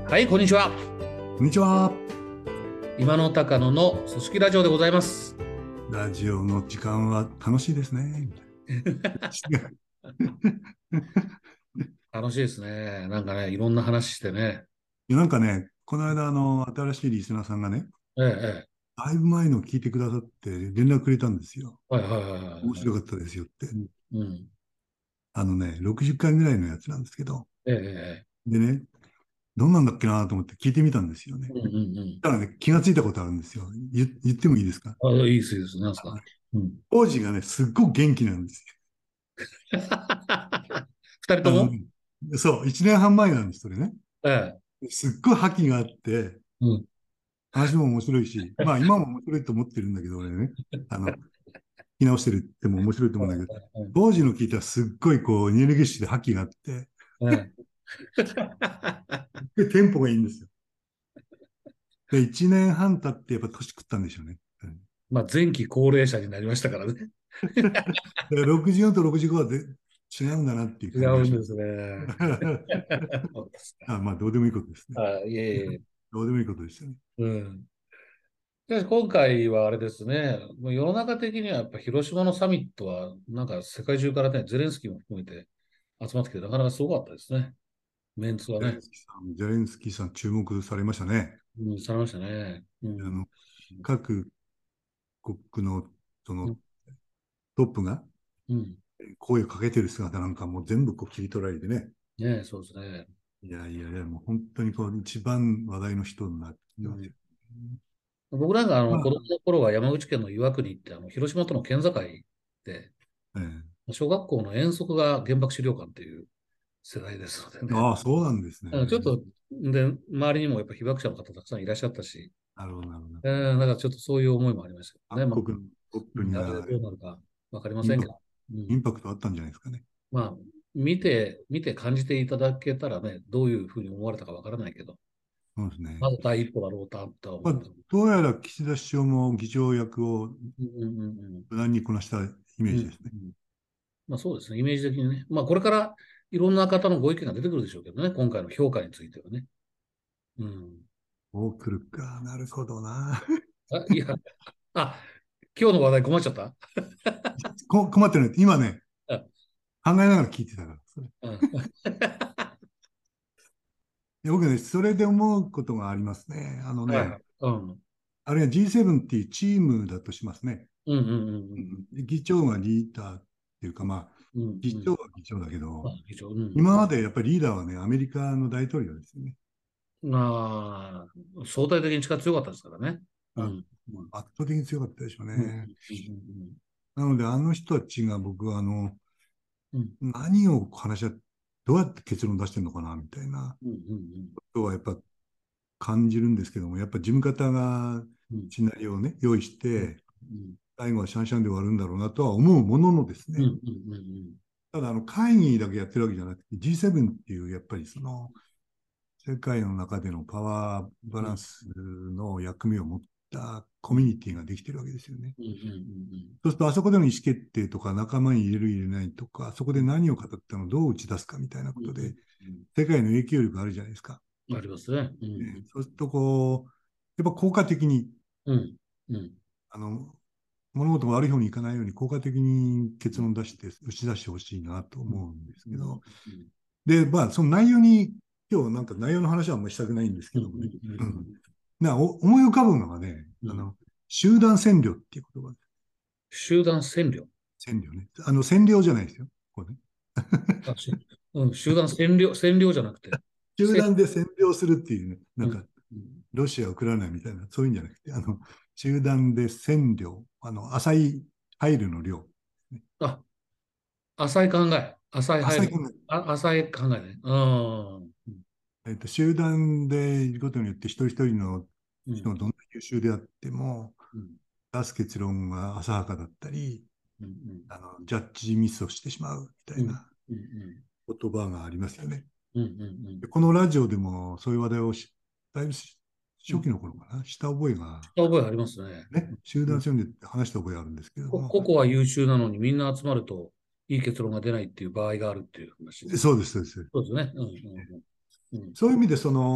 はい、こんにちは。 こんにちは。 今の高野の組織ラジオでございます。 ラジオの時間は楽しいですね。違う。 楽しいですね。なんかね、いろんな話してね。 いやなんかね、この間、新しいリスナーさんがね、 ええ、ええ。 だいぶ前の聞いてくださって連絡くれたんですよ。 はいはいはいはいはい。 面白かったですよって。 うん。うん。 60回ぐらいのやつなんですけど。 ええ、ええ。 でね、どんなんだっけなと思って聞いてみたんですよね。 うんうんうん。 ただね、気がついたことあるんですよ。言ってもいいですか？ あ、いいです、いいです。なんですか。 あのねうん。 王子がね、すっごく元気なんです二人よ。 とも。 そう、1年半前なんです、それね。 ええ。 すっごい覇気があって、 うん。 話も面白いし、まあ今も面白いと思ってるんだけど、俺ね、聞き直してるっても面白いと思うんだけど、当時の聞いたらすっごいこう、エネルギッシュで覇気があって、 ええ。 で、テンポがいいんですよ。で、1年半経ってやっぱ年食ったんでしょうね。 まあ、前期高齢者になりましたからね。 だから64と65は違うんだなっていう違感じがします。 うんですね。そうですか。 まあ、どうでもいいことですね。 あ、いえいえ。 どうでもいいことですよね。 うん。しかし今回はあれですね、もう世の中的にはやっぱ広島のサミットは、なんか世界中からね、ゼレンスキーも含めて集まってきて、なかなかすごかったですね。メンツはね、 ゼレンスキーさん注目されましたね。 うん、されましたね。うん。 あの、各国のそのうん。 トップがうん。 声をかけてる姿なんかも全部こう切り取られてね。 ねえ、そうですね。 いやいやいや、もう本当にこう一番話題の人になってますうん、 よ。 僕なんか子供まあ、 の頃は山口県の岩国って広島との県境で、小学校の遠足が原爆資料館っていう世代ですのでね。 ああ、そうなんですね。 ちょっと、で、周りにもやっぱ被爆者の方たくさんいらっしゃったし、 なるほど、なるほど。 なんかちょっとそういう思いもありましたけどね。まあ、 各国のトップにあれではどうなるかわかりまインパクト、 せんけど。うん。 あったんじゃないですかね。 まあ、見て感じていただけたらね、どういうふうに思われたかわからないけど、 そうですね。 まず第一歩だろうとはまあ、 思います。 どうやら岸田首相も議長役をうんうん無難にこなしたイメうんうん。 ージですね。 うん。まあそうですね、イメージ的にね。まあこれからいろんな方のご意見が出てくるでしょうけどね、今回の評価についてはね。うん。 こう来るか。なるほどな。 いや、あ、今日の話題困っちゃった。 困ってない。今ね、 あ、 考えながら聞いてたから。それうん。 僕ね、それで思うことがありますね。 はいはい。うん。 あるいは G7 っていうチームだとしますね。 うんうんうんで議長がリーダーっていうか、まあ、 うん。うんうん。 議長は議長だけど、 まあ、一応、うん。 今までやっぱりリーダーはね、アメリカの大統領ですよね。 まあ、相対的に力強かったですからね。うあ、 ん。うん。 圧倒的に強かったでしょううん。 ね。 うん。 なので、あの人たちが僕は、 うん。 何を話し合って、どうやって結論出してるのかな、みたいなうん。うん。 ことはやっぱ感じるんですけども、やっぱ事務方がうん。 シナリオをね、用意しうん。 て、 うん。 最後はシャンシャンで終わるんだろうなとは思うもののですうん。 ね、 うん。 ただ会議だけやってるわけじゃなくて、G7 っていうやっぱりその世界の中でのパワーバうん。 ランスの役目を持ったコミュニティができてるわけですよね。 うん。うん。 そうすると、あそこでの意思決定とか、仲間に入れる入れないとか、そこで何を語ったのをどう打ち出すかみたいなうん。 ことで、 うん。 世界の影響力があるじゃないですか。 ありますね。うん。 そうすると、こう、やっぱ効果的に、 うん。うん。 あの、物事が悪い方にいかないように効果的に結論出して、打ち出してほしいなとうん。 思うんですうん。 けど、で、まあ、その内容に、今日なんか内容の話はあんまりしたくないんですうん。 けどもね、 うん。 思い浮かぶのがね、 うん。 集団占領っていう言葉です。 集団占領。 占領ね。占領じゃないですよ。これね。 あ、うん、集団占領じゃなくて、 集団で占領するっていうね、なうん。 んか、 うん。 ロシア、ウクライナみたいな、そういうんじゃなくて、集団で占領、浅い配慮の量、ね。 あ、浅い考え、浅い配慮、 浅い考え、 浅い考えね。うん。 集団でいることによって、一人一人のうん。 人がどんな優秀であっても、 うん。 出す結論が浅はかだったり、 うん。 ジャッジミスをしてしまうみたうん。 いなうん。 言葉がありますよね。 うん。うん。 このラジオでもそういう話題をだいぶうん。 初期の頃かな、した覚えが、 した覚えありますね。 ね、集うん。 団戦で話した覚えがあるんですけれども、 個々は優秀なのにみんな集まるといい結論が出ないっていう場合があるっていう話です。 そうです、そうです。 そうですね。うん。うん。うん。 そういう意味で、その、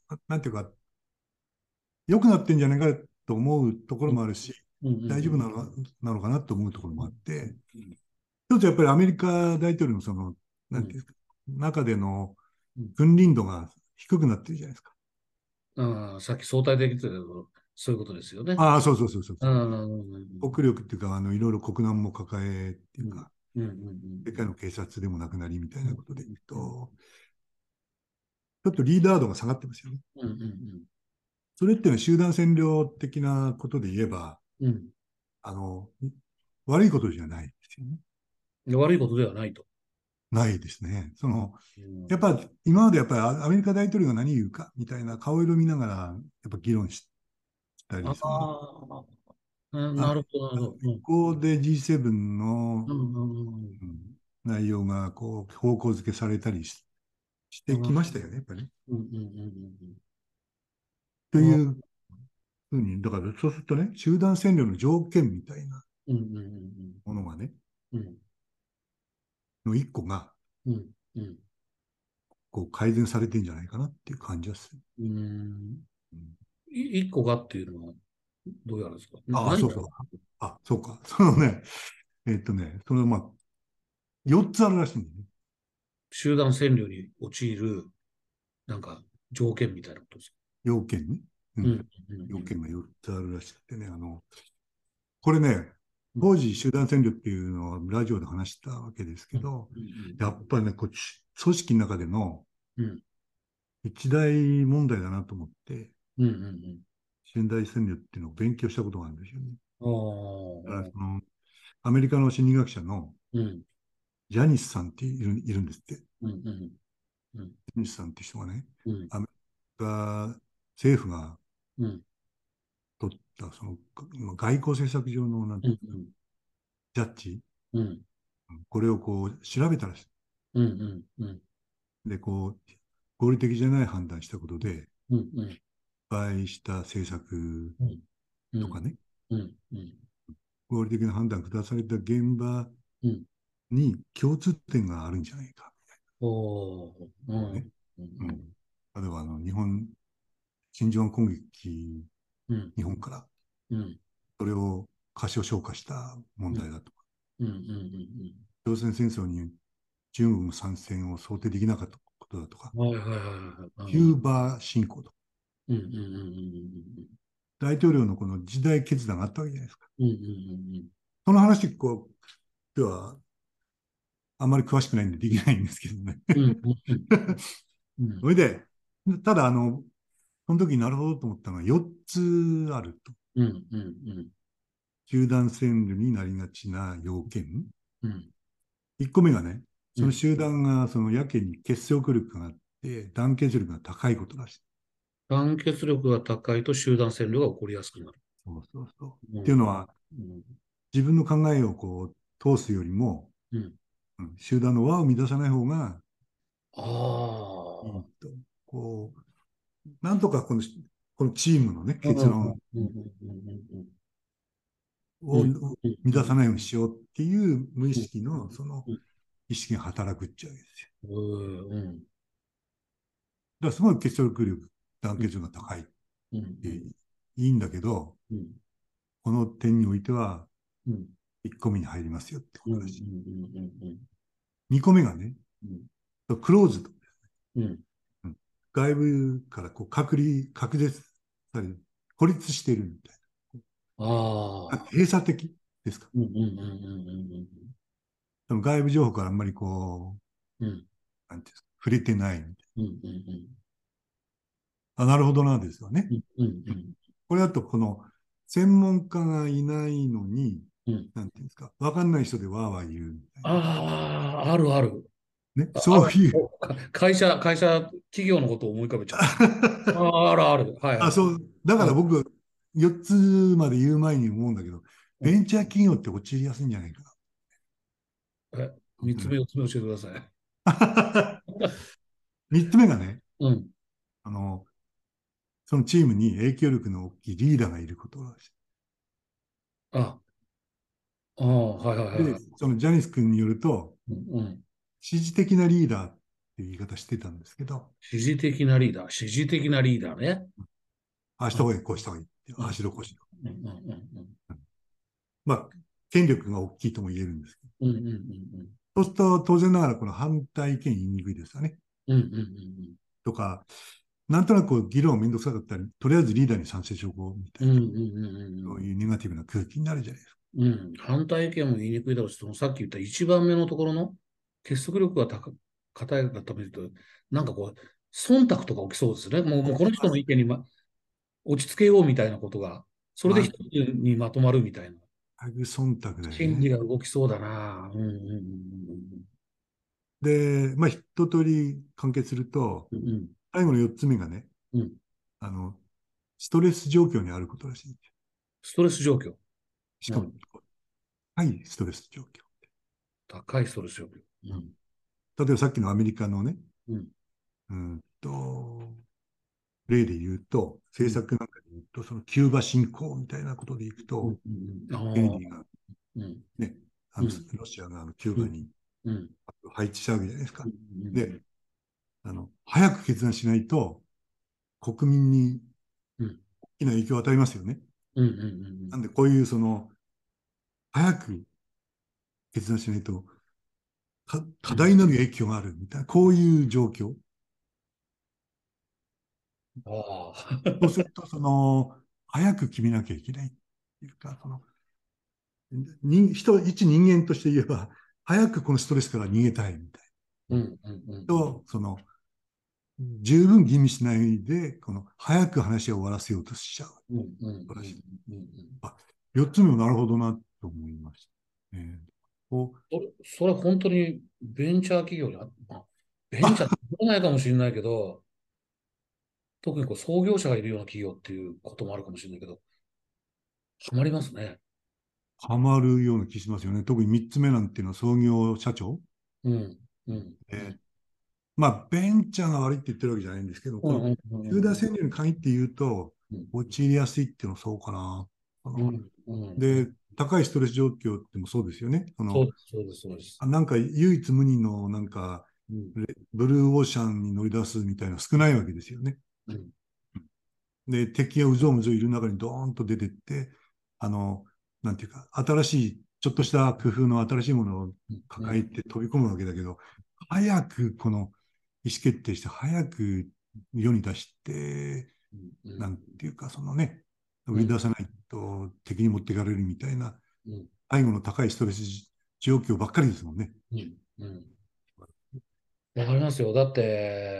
なんていうか、良くなってんじゃないかと思うところうんもあるし、 うんうん大丈夫なのかなと思うところもあって、 うん一つやっぱりアメリカ大統領のその、 うんなんていうんですか、中でのうん君臨度が低くなってるじゃないですか。 ああ、さっき相対的って言ったけど、そういうことですよね。 ああ、そうそうそうそううそう。 ん国力っていうか、いろいろ国難も抱えっていうんうか、 うんうん世界の警察でもなくなりみたいうんなことでいくうんと、ちょっとリーダー度が下がってますよね。 うんうんそれっていうのは集団占領的なことで言えば、 うん。 あの、悪いことじゃないですよね。 悪いことではないと。 ないですね。やっうんぱ今までやっぱりアメリカ大統領が何言うかみたいな顔色見ながらやっぱ議論したあり、 あ、 アメなるほど、なるほど。うん。 ここで G7 の、 うんうん内容がこう方向付けされたりしてうん。 きましたよね、やっぱりね。 うんうんうんうん。あ、 というふうに、だからそうするとね、集団占領の条件みたいなうんうんものがね、 うんうん。 の一個がうんうんこう改善されてんじゃないかなっていう感じはする。 うん。 うん、 一個がっていうのはどうやるんですか？ ああ、 何が？ そうそう。あ、そうか。そのね、まあ、4つあるらしいんだよね。 集団占領に陥る、なんか、条件みたいなことですか？ 要件ね。ううんん。 うん要件が4つあるらしくてね、これね、 うん当時集団占領っていうのはラジオで話したわけですけうんど、やうんっぱりね、組織の中でのうん一大問題だなと思って、 うんうんうん集団占領っていうのを勉強したことがあるんですよね。 うん。 だからあアメリカの心理学者のあ、うんジャニスさんっているんですって。ジうんうんうんャニスさんって人がね、 うんアメリカ政府がうん取った外交政策上のなんていうかうんジャッジ、 うんこれをこう調べたらしうんうんうんい。で、合理的じゃない判断したことで、 うんうん失敗した政策うんうんとかね、 うんうん合理的な判断が下された現場うんに共通点があるんじゃないか、 おーうんね。 ううん。 ん例えば、真珠湾攻撃、 うん日本から、 うんそれを過小評価した問うん題だとか、 うんうん朝鮮戦争に中国の参戦を想定できなかったことだとか、 はいはいはいはいキューバ侵攻とか、 うんうんうん大統領のこの時代決断があったわけじゃないですか。 うんうんうんその話、では、あんまり詳しくないんでできないんですけどね。 うんうんうんうんそれで、ただ、その時になるほどと思ったのは4つあると。 うんうん集団占領になりがちな要件。 うん 1個目がね、そのうん。 集団がそのやけに結束力があって、団結力が高いことらしい。 団結力が高いと集団占領が起こりやすくなる。 そうそうそう。 うん。 っていうのは、 うん。 自分の考えを通すよりも、 うん。 集団の輪を乱さない方があいいあ。 と。なんとかこのチームのね、 うん。うん。 結論うん。うん。うん。 をうん。うん。 乱さないようにしようっていう無意うん。 識のそのうん。 意識が働くっちゃうわけですよ。 うん。 だからすごい結束力、団結力が高いうん。 いいんだけど、 うん。 この点においてはうん。 1個目に入りますよってこうん。うとだし。 ん。 2個目がね、 うん。 クローズド。 うん。 外部から隔絶される、孤立しているみたいな。 ああ。 閉鎖的ですか。 うん。うん。うん。 外部情報からあんまりうん。うん。 なんていうんですか、触れてないみたいうん。うん。 な。なるほどなんですよね。 うん。うん。 これだと、専門家がいないのに、 うん。 なんていうんですか、わかんない人でわーわー言うみたいああ、あるある。 な。ね、 あ、 そういう会社、企業のことを思い浮かべちゃった。あるある。はいはあ、 い。 そう。だかあ、 ら僕、4つまで言う前に思うんだけど、 うん。 ベンチャー企業って陥りやすいんじゃないか三つ目、 な。 四つ目教えてください。 3つ目がね、 うん。 あの、そのチームに影響力の大きいリーダーがいることらしあ、はいはいい。で、 はいはい。 そのジャニス君によると、 うん。 支持的なリーダーっていう言い方してたんですけど、 指示的なリーダー、指示的なリーダーね。 ああした方がいい、こうした方がいい、 うん、 ああしろ、こうしろ。 うん、うん、うん、 まあ、権力が大きいとも言えるんですけど、 うん、うん、うん、 そうすると当然ながらこの反対意見言いにくいですよね。 うん、うん、うん、 とか、なんとなくこう議論めんどくさかったら、とりあえずリーダーに賛成しようみたうん、うん、 いな、 うん、 そういうネガティブな空気になるじゃないですか。 うん、うん。反対意見も言いにくいだろうし、そのさっき言った一番目のところの結束力が硬い方見ると、なんかこう、忖度とか起きそうですね。もうこの人の起きます。 意見に、落ち着けようみたいなことが、それでまあ、 一つにまとまるみたいな。 忖度だよね。 心理が動きそうだな。うん、うん、 で、まあ、一通り完結すると、 うん、うん、 最後の4つ目がね、 うん。うん。 あの、ストレス状況にあることらしい。 ストレス状況。 しかも、 うん。 高いストレス状況。 高いストレス状況。ううん、 ん。 例えばさっきのアメリカのね、 うん。 うんと、例で言うと、 うん。 政策なんかで言うと、そのキューバ侵攻みたいなことでいくうん。 と、 うん。ああ。 ケネディがうん。 ね、 うん。 ロシアがキューうん。 バにうん。 配置したわけじゃないですうか。で、 ん。 早く決断しないと、国民にうん。 大きな影響を与えますよね。 うん。うん。 なんで、こういう早く決断しないと、 うん。 多大なる影響があるみたいな、こういう状況。 あそうあ。 すると、早く決めなきゃいけないっていうか、一人間として言えば、早くこのストレスから逃げたいみたいな。 うん。うん。うん。 と、十分吟味しないで、早く話を終わらせようとしちゃう。 うん。うん。うん。 らしい。 うん。 あ、4つ目もなるほどなと思いました。こそれ本当にベンチャー企業にベンチャーって言わないかもしれないけど、特にこう創業者がいるような企業っていうこともあるかもしれないけど、ハマりますね。 ハマるような気しますよね。特に3つ目なんていうのは創業社長。 うん。うん。うえーん。 まあ、ベンチャーが悪いって言ってるわけじゃないんですけど、このうん。うん。 集団戦略に限って言うと、 うん。 陥りやすいっていうのはそうかな。 うん。うん。 で、高いストレス状況ってもそうですよね。 そうです、そうです、そうです。 なんか唯一無二のうん。 ブルーオーシャンに乗り出すみたいな少ないわけですよね。 うん。 で、敵がうぞうむぞういる中にドーンと出てって、あの、なんていうか、新しい、ちょっとした工夫の新しいものをうん。 抱えて飛び込むわけだけど、早く意思決定して、早く世に出して、 うん。 なんていうか、売うん。 り出さないと敵に持っていかれるみたいな、 うん。 最後の高いストレス状況ばっかりですもんね。 うん。うん。わかりますよ。だって、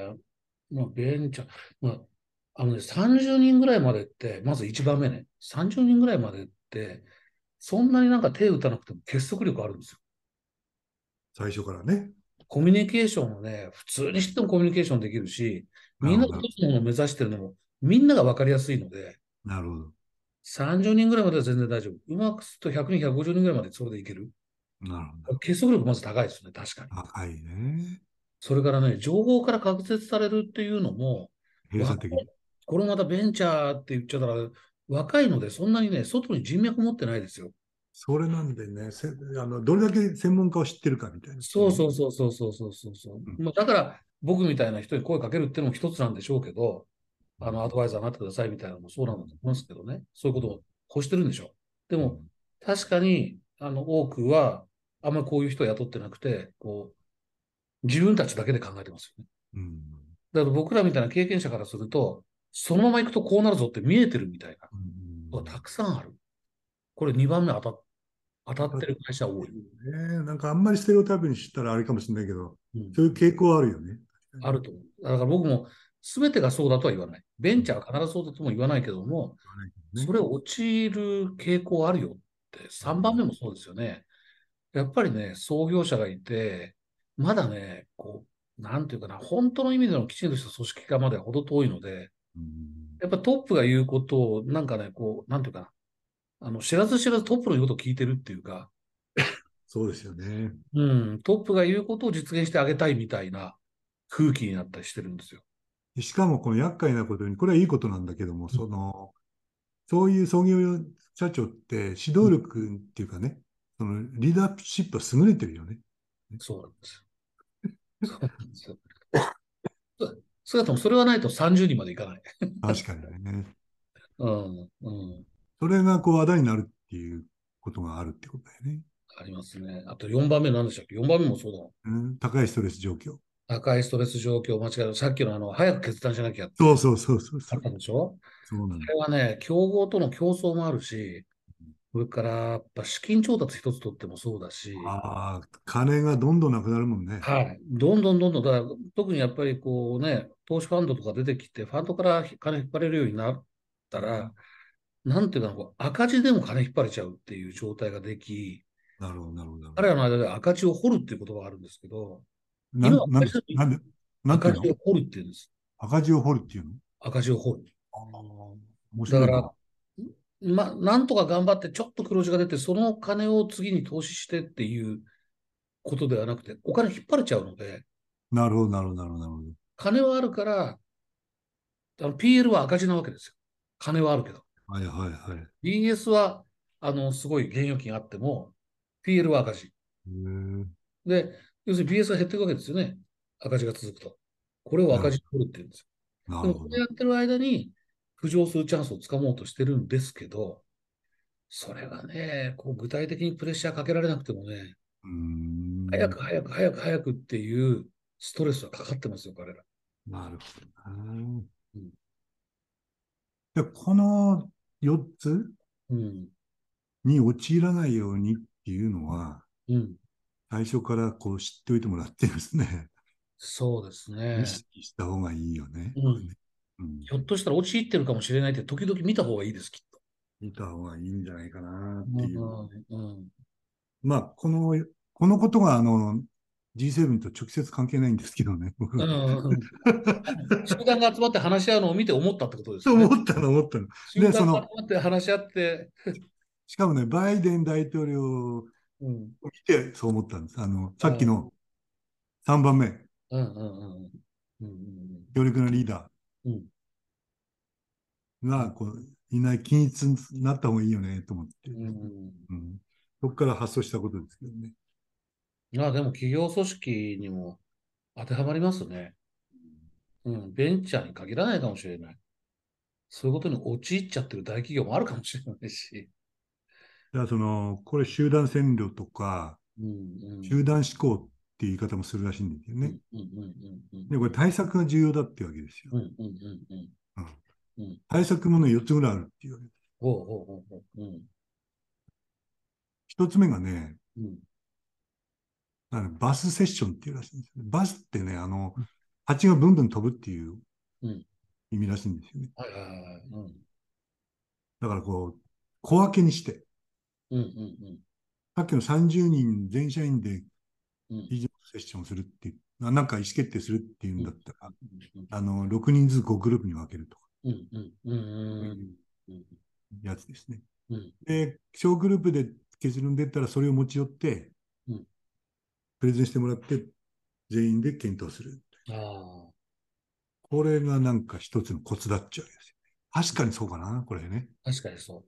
ベンチャー、30人ぐらいまでって、まず一番目ね、30人ぐらいまでって、そんなになんか手打たなくても結束力あるんですよ。 最初からね。 コミュニケーションをね、普通にしてもコミュニケーションできるし、みんななるほど、 が一つのものを目指してるのも、みんなが分かりやすいので、 なるほど、 30人ぐらいまでは全然大丈夫。うまくすると100人、150人ぐらいまでそれでいける。 なるほど。 結束力まず高いですね、確かに。 高いね。 それからね、情報から隔絶されるっていうのも、若い閉鎖的に。 これまたベンチャーって言っちゃったら、若いのでそんなにね、外に人脈持ってないですよ。 それなんでね、どれだけ専門家を知ってるかみたいなことね。 そうそうそうそうそうそうそうそう。 うん。 だから僕みたいな人に声かけるっていうのも一つなんでしょうけど、アドバイザーになってくださいみたいなのもそうなんだと思いますけどね。そういうことを欲してるんでしょう。でも、 うん。 確かに、多くは、あんまりこういう人を雇ってなくて、自分たちだけで考えてますよね。 うん。 だから僕らみたいな経験者からすると、そのまま行くとこうなるぞって見えてるみたいなうことがたん。 くさんある。これ2番目当たっだってる会社多い。 てね、なんかあんまりステレオタイプにしたらあれかもしれないけど、 うん。 そういう傾向はあるよね。 あると思う。だから僕も全てがそうだとは言わない。ベンチャーは必ずそうだとも言わないけども、そね。 れを陥る傾向あるよって3番目もそうですよね。やっぱりね、創業者がいて、まだね、なんていうかな、本当の意味でのきちんとした組織化までは程遠いので、 うん。 やっぱトップが言うことを、なんかね、なんていうかな、知らず知らずトップの言うことを聞いてるっていうか、 そうですよね。 うん、トップが言うことを実現してあげたいみたいな空気になったりしてるんですよ。 しかもこの厄介なことに、これはいいことなんだけども、 うん、 そういう創業社長って指導うん、 力っていうかね、リーダーシップは優れてるよね。 そうなんですよ。そうなんですよ。 少なくともそれはないと30人までいかない。 確かにね。 うん、うん。 それがこう話題になるっていうことがあるってことだよね。 ありますね。あと4番目何でしたっけ？ 4 番目もそうだもん。 うん、高いストレス状況。 高いストレス状況、間違えた。さっきの早く決断しなきゃっていう、 そうそうそうそうそう。 あったでしょ？ そうなんだ。 あれはね、競合との競争もあるし、それからやっぱ資金調達一つ取ってもそうだし、 ああ、金がどんどんなくなるもんね。 はい。どんどんどんどん、だから特にやっぱりこうね、投資ファンドとか出てきて、ファンドから金引っ張れるようになったら、なんていうかな、こう赤字でも金引っ張れちゃうっていう状態ができ、 なるほど、なるほど、なるほど。 彼らの間で赤字を掘るっていう言葉があるんですけど、今は会社になんていうの？ 赤字を掘るっていうんです。 赤字を掘るっていうの？ 赤字を掘る。 ああ、面だから、 白いな。 なんとか頑張ってちょっと黒字が出て、その金を次に投資してっていうことではなくて、お金引っ張れちゃうので、 なるほど、なるほど、なるほど、なるほど。 金はあるから、PL は赤字なわけですよ。金はあるけど。 はいはいはい。へ BS は、すごい現預金あっても、PL は赤字。 え、 で、要するに BS が減っていくわけですよね。赤字が続くと。これを赤字なるに取るって言うんですよ。でも、 なるほど。 これやってる間に、浮上するチャンスをつかもうとしてるんですけど、それがね、こう具体的にプレッシャーかけられなくてもね、 うーん、 早く早く早く早くっていうストレスはかかってますよ、彼ら。 なるほどな。 うん。 で、この4つうん。 に陥らないようにっていうのは、 うん。 最初からこう知っておいてもらってですね、 そうです意ね。 識した方がいいよね、 うん。 これね。うん。 ひょっとしたら陥ってるかもしれないって時々見た方がいいです、きっと。 見た方がいいんじゃないかなっうていう。 ん。うん。 まあ、このことがG7 と直接関係ないんですけどね、僕うは。 ん。集団が集まって話し合うのを見て思ったってことですよね。 と思ったの、思ったの。で、 集団が集まって話し合って、 しかもね、バイデン大統領をうん。 見てそう思ったんです。 うん。 さっきの3番目、 うん。うん。うん。うん。 強力なリーダうん。 ーが、こう、いない均一になった方がいいよね、と思って。 うん。 うん。そこから発想したことですけどね。 まあでも企業組織にも当てはまりますね。うん。ベンチャーに限らないかもしれない。そういうことに陥っちゃってる大企業もあるかもしれないし。 だからこれ集団占領とか、 うん。うん。 集団思考っていう言い方もするらしいんですよね。 うん。うん。うん。うん。 で、これ対策が重要だっていうわけですよ。 うん。うん。うん。うん。 うん。 うん。 対策もね、4つぐらいあるっていうわけです。 ほうほうほうほう。うん。 1つ目がね、 うん。 バスセッションっていうらしいんですよね。バスってね、蜂がブンブン飛ぶっていううん。 意味らしいんですよね。 はいはいはいはい。うん。 だからこう、小分けにして、 うん。うん。 さっきの30人全社員でうん。 以上セッションするっていう、なんか意思決定するっていうんうん。 だったら、 うん。 6人ずつ5グループに分けるとか、 うん。うん。うん。 そういううん。 やつですね。 うん。 で、小グループで結論出たらそれを持ち寄って、 うん。 プレゼンしてもらって、全員で検討する。 ああ、 これがなんか一つのコツだっちゃうんですよね。確かにそうかな、これね。 確かにそう。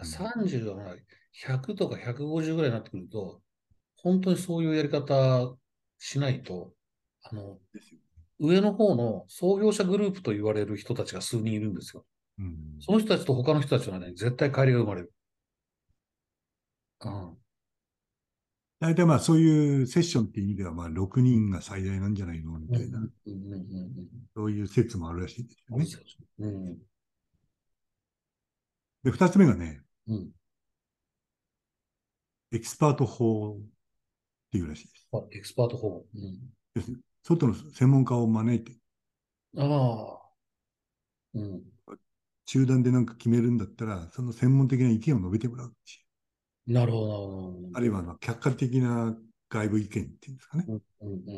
うん、 30が100とか150ぐらいになってくると、本当にそういうやり方しないと、あの、 ですよ。 上の方の創業者グループと言われる人たちが数人いるんですよ。 うん、 その人たちと他の人たちの間に絶対乖離が生まれる。うん。 大体まあそういうセッションっていう意味ではまあ6人が最大なんじゃないのみうん。うたいな、 ん。うん。うん。 そういう説もあるらしいですよね。 うん。 で、2つ目がね、 うん。 エキスパート法っていうらしいです。 あ、エキスパート法。うん。 ですね、外の専門家を招いて、 ああ、うん。 集団でなんか決めるんだったら、その専門的な意見を述べてもらうっていう。 なるほど、なるほど。 あるいは客観的な外部意見っていうんですかね。 うん。うん。うん。うん。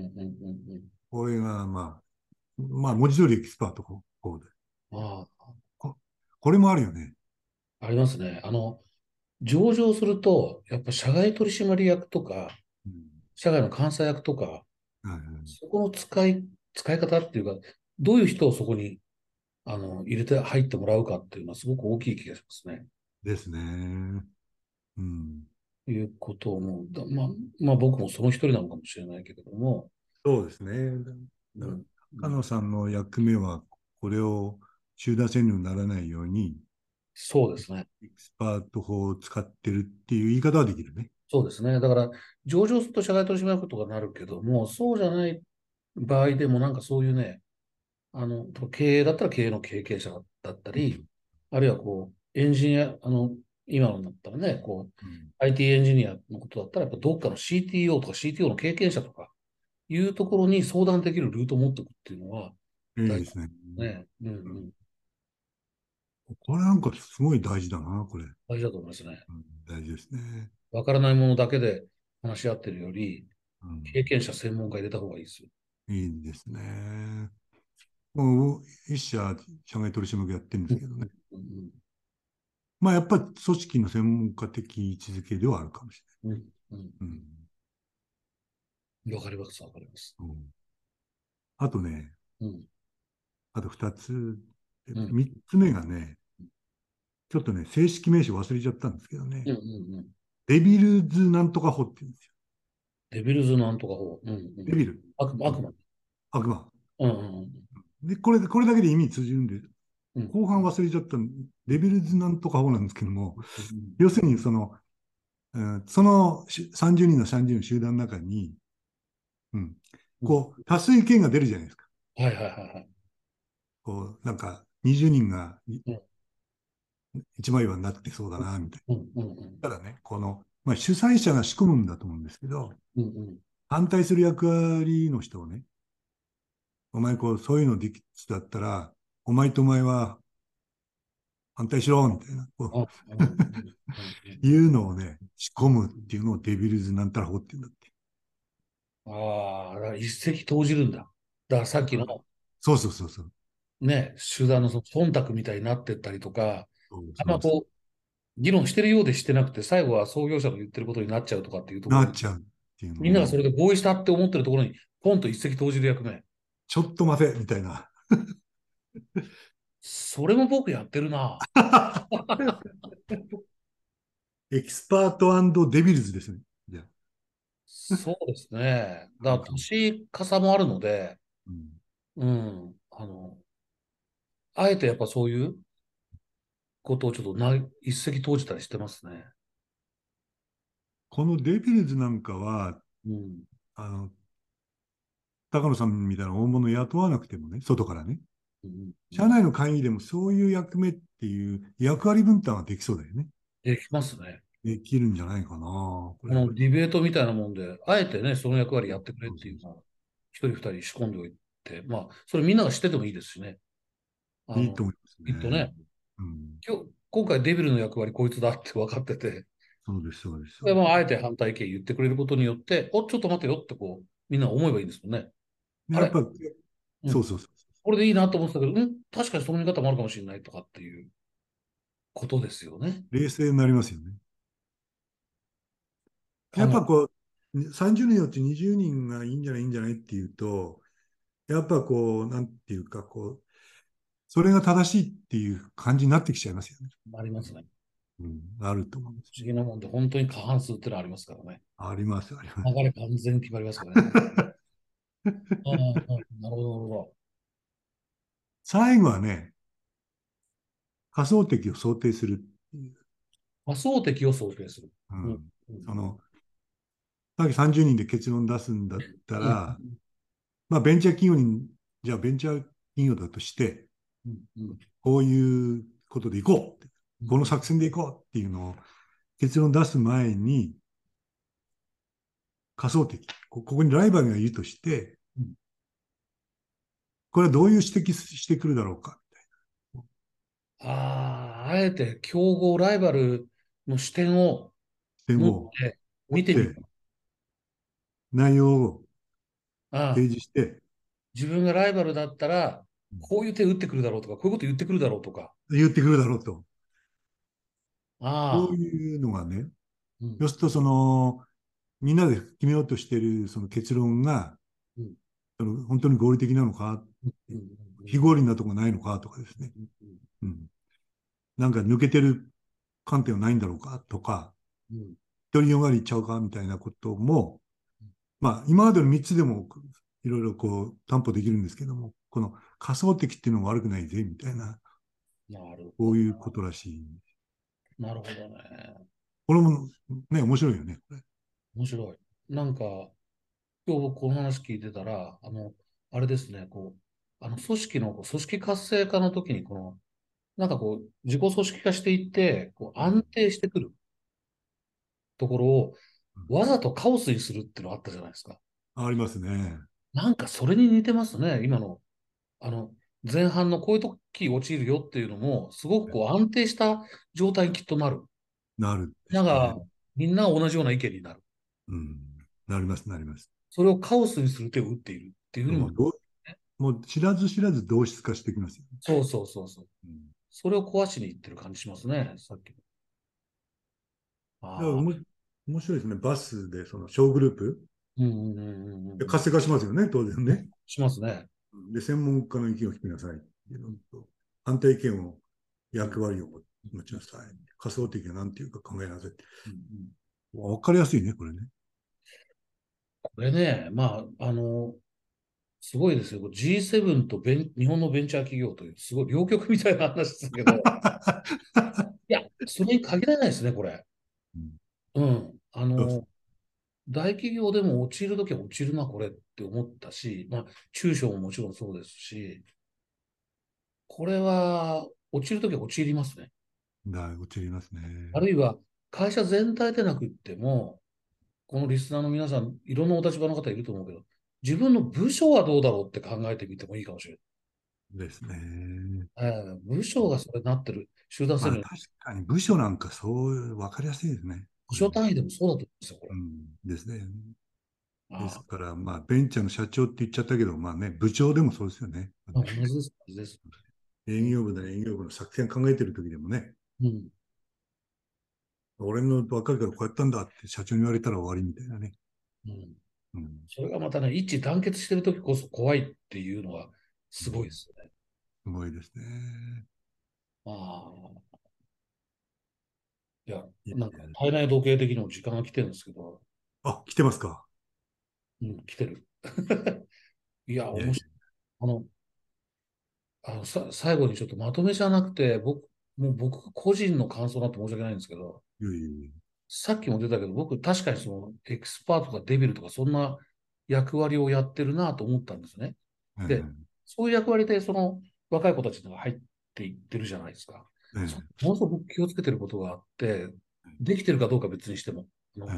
うん。 これがまあ文字通りエキスパート法で。 ああ、 ここれもあるよね。 ありますね。上場すると、やっぱ社外取締役とか、 うん、 社外の監査役とか、 はいはい、 そこの使い方っていうか、どういう人をそこに、入れて入ってもらうかっていうのはすごく大きい気がしますね。 ですね。うん。 いうことを思う。まあ僕もその一人なのかもしれないけれども、 そうですね。だうん。 うん。 菅野さんの役目は、これを集団戦力にならないように、 そうですね。 エキスパート法を使ってるっていう言い方はできるね。 そうですね。だから、上場すると社外取締役とかなるけども、そうじゃない場合でも、なんかそういうね、経営だったら経営の経験者だったり、あるいはこう、エンジニア、今のだったらね、こう、 うん、 IT エンジニアのことだったら、やっぱどっかの CTO とか CTO の経験者とかいうところに相談できるルートを持っておくっていうのは大事でいいですね。 すね。うんううん、 ん。 これなんかすごい大事だな、これ。 大事だと思いますね。 うん、大事ですね。 わからないものだけで話し合ってるより、 うん、 経験者、専門家入れた方がいいですよ。 いいですね。もう一社、社外取締役やってるんでうんすけどね。 うんまあ、やっぱり組織の専門家的位置づけではあるかもしうんうんうんれない。 うん。わかります、わかります。 うん、あとね、 うん、 あと二つ、 うん、 三つ目がね、ちょっとね、正式名称忘れちゃったんですけどね、 うん、うん、うん。 デビルズなんとか法って言うんですよ。 デビルズなんとか法。うん、うん。 デビル。うん、 悪魔。 悪魔。 うん、うん、 で、これだけで意味通じるんで、 うん。 後半忘れちゃったデビルズなんとか法なんですけども、 うん、 要するにその30人の30人の集団の中に、うん、 うん。 多数意見が出るじゃないですか。 はいはいはいはい。 なんか20人がうん、 一枚岩になってそうだな、みたいうん、うん、うん。 な。ただね、まあ、主催者が仕込むんだと思うんですけど、 うん、うん。 反対する役割の人をね、お前そういうのできだったら、お前とお前は反対しろ、みたいな、 あ、うん、うん、うん。 いうのをね、仕込むっていうのをデビルズなんたら法っていうんだって。 ああ、だから一石投じるんだ。だからさっきのそうそうそうそう。 ね、集団のその忖度みたいになってったりとか、 そうあんそうそう。 まこう、議論してるようでしてなくて、最後は創業者の言ってることになっちゃうとかっていうところに、 なっちゃうっていうのを、 みんながそれで合意したって思ってるところに、ポンと一石投じる役目。 ちょっと待て、みたいな。 それも僕やってるな。 エキスパートデビルズですね。じゃあ、 そうですね。だからいいかも。 年かもあるので、 うん、 うん。あえてやっぱそういうことをちょっと一石投じたりしてますね。 このデビルズなんかは、 うん。 あの、高野さんみたいな大物雇わなくてもね、外からね、 うん。うん。 社内の会議でもそういう役目っていう役割分担はできそうだよね。 できますね。 できるんじゃないかな、これ。 ディベートみたいなもんで、あえてね、その役割そうやってくれっそうそうそていうのを、一人二人仕込んでおいて、まあ、それみんなが知っててもいいですしね。 う。いいと思いますね。 きっとね、 うん。 今回デビルの役割こいつだって分かってて、 そうです、そうです、そうで、 です。 まあ、あえて反対意見言ってくれることによって、ちょっと待てよってこう、みんな思えばいいんですもんね。 で、 あれやっぱ、 うん。 そうそうそう。 これでいいなと思ってたけど、確かにその見方もあるかもしれないとかっていうことですよね。 冷静になりますよね。やっ考え、 ぱ30人のうち20人がいいんじゃない、いいんじゃないっていうと、やっぱなんていうか、それが正しいっていう感じになってきちゃいますよね。 ありますね。 うん、あると思うんです。 不思議なもんで、本当に過半数ってのはありますからね。 あります、あります。 流れ完全に決まりますからね。ああ、なるほど、なるほど。 最後はね、仮想敵を想定するっていう。 仮想敵を想定する。うん。 うん。 うん。 その、さっき30人で結論出すんだったうん。 ら、まあ、じゃあベンチャー企業だとして、 うん。うん。 こういうことでいこうって、 うん。 この作戦でいこうっていうのを結論出す前に、仮想敵、ここにライバルがいるとして、 うん。 これはどういう指摘してくるだろうか、 ああ、あえて競合、ライバルの視点を持っ点をて持って見てみる。 内容をああ、 提示して、 自分がライバルだったら、こういう手打ってくるだろうとか、こういうこと言ってくるだろうとか。 言ってくるだろうと。そうああ、 いうのがね、 うん。 そうするとみんなで決めようとしているその結論が、 うん。 本当に合理的なのか、 うん。うん。うん。 非合理なところないのかとかですね。 うん。 うん。なんか抜けてる観点はないんだろうかとか、 うん。 独りよがりいっちゃうかみたいなことも、まあ、今までの3つでもいろいろこう担保できるんですけども、この仮想敵っていうのも悪くないぜ、みたいな、 なるほど。 こういうことらしい。 なるほどね。 これもね、面白いよね、これ。 面白い。なんか、今日僕この話聞いてたら、あれですね、組織の組織活性化の時に、自己組織化していって、安定してくるところを、 うん、 わざとカオスにするっていうのがあったじゃないですか。 ありますね。 なんかそれに似てますね、今の。あの、前半のこういう時陥るよっていうのも、すごく安定した状態にきっとなる。 なるでみんなが、 すね。 みんなが同じような意見になる。 うん。なります、なります。 それをカオスにする手を打っているっていうふうにも、 もうもう知らず知らず同質化してきますよね。 そうそうそうそう。 うん、 それを壊しにいってる感じしますね、さっきの。 だからああ、 面白いですね。バスでその小グループうんうんうんうんうんうん。 で活性化しますよね、当然ね。 しますね。 で、専門家の意見を聞きなさいっていうのうんと、反対意見を、 うん役割を持ちなさい。仮想的な何ていうか考えなさい。 うんうん。 わかりやすいね、これね。 これね、すごいですよ。G7 と日本のベンチャー企業という、すごい両極みたいな話ですけど、いや、それに限らないですね、これ。 うん、 うん。 そうです。 大企業でも落ちるときは落ちるな、これって思ったし、中小ももちろんそうですし、これは落ちるときは落ちりますね。 落ちますね。 あるいは、会社全体でなくっても、このリスナーの皆さん、いろんなお立場の方いると思うけど、自分の部署はどうだろうって考えてみてもいいかもしれですね。 ない。部署がそれになってる、集団戦略、 まあ確かに部署なんかそう分かりやすいですね。 部これね。 署単位でもそうだと思うんですよ、これ。 うん。ですね。ですあから、まあ、ベンチャーの社長って言っちゃったけど、まあね、部長でもそうですよね。 同じです、同じです。うん、 営業部で営業部の作戦考えてる時でもね、 うん、 俺の若いからこうやったんだって社長に言われたら終わりみたいなね。 うん。 うん。 それがまたね、一致団結してるときこそ怖いっていうのはすごいでうん、 すよね。 すごいですね。 ああ、いや、 いやなんかいや、 体内時計的にも時間が来てるんですけど、 あ、来てますか。 うん、来てる。いや、 いやい面白い。最後にちょっとまとめじゃなくて、もう僕個人の感想になって申し訳ないんですけど、 やいやいや。 さっきも出たけど、僕確かにエキスパートとかデビルとかそんな役割をやってるなと思ったんですね。で、そういう役割で若い子たちが入っていってるじゃないですか。ものすごく気をつけてることがあって、できてるかどうか別にしても。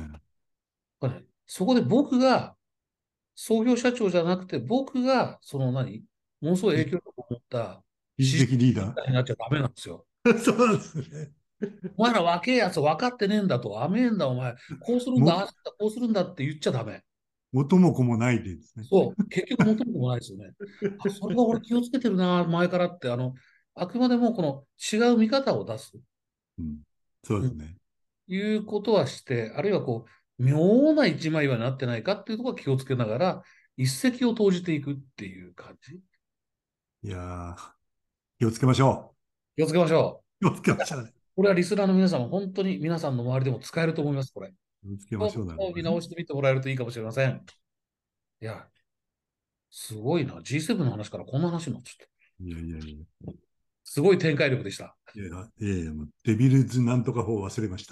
そこで僕が創業社長じゃなくて、僕がものすごい影響力を持った一時指示的リーダになっちゃダメなんですよ。 ー。そうなんですね。 お前ら若えやつ分かってねえんだと、甘えんだお前、こうするんだ、 も、 ああするんだ、こうするんだって言っちゃダメ。 元も子もないでですね。 そう、結局求めてもないですよね。それが俺気をつけてるな、前からって、あくまでもこの違う見方を出す、 うん。そううん、 ですね。 いうことはして、あるいは妙な一枚岩になってないかっていうところは気をつけながら、一石を投じていくっていう感じ。 いやー、気をつけましょ気をつけましょう。気をつけましょうね。 う。これはリスナーの皆さんも本当に皆さんの周りでも使えると思います、これ。ち気をつけまょっしょうなるほどね。 と見直してみてもらえるといいかもしれません。いや、すごいな。G7 の話からこんな話になっちゃった。 いやいやいや。 すごい展開力でした。 いやいや、もうデビルズなんとか法忘れました。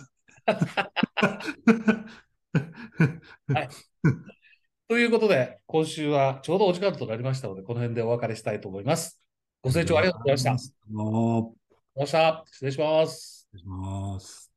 はい。ということで、今週はちょうどお時間となりましたので、この辺でお別れしたいと思います。ご清聴ありがとうございました。 もう、 失礼します。 お願いします。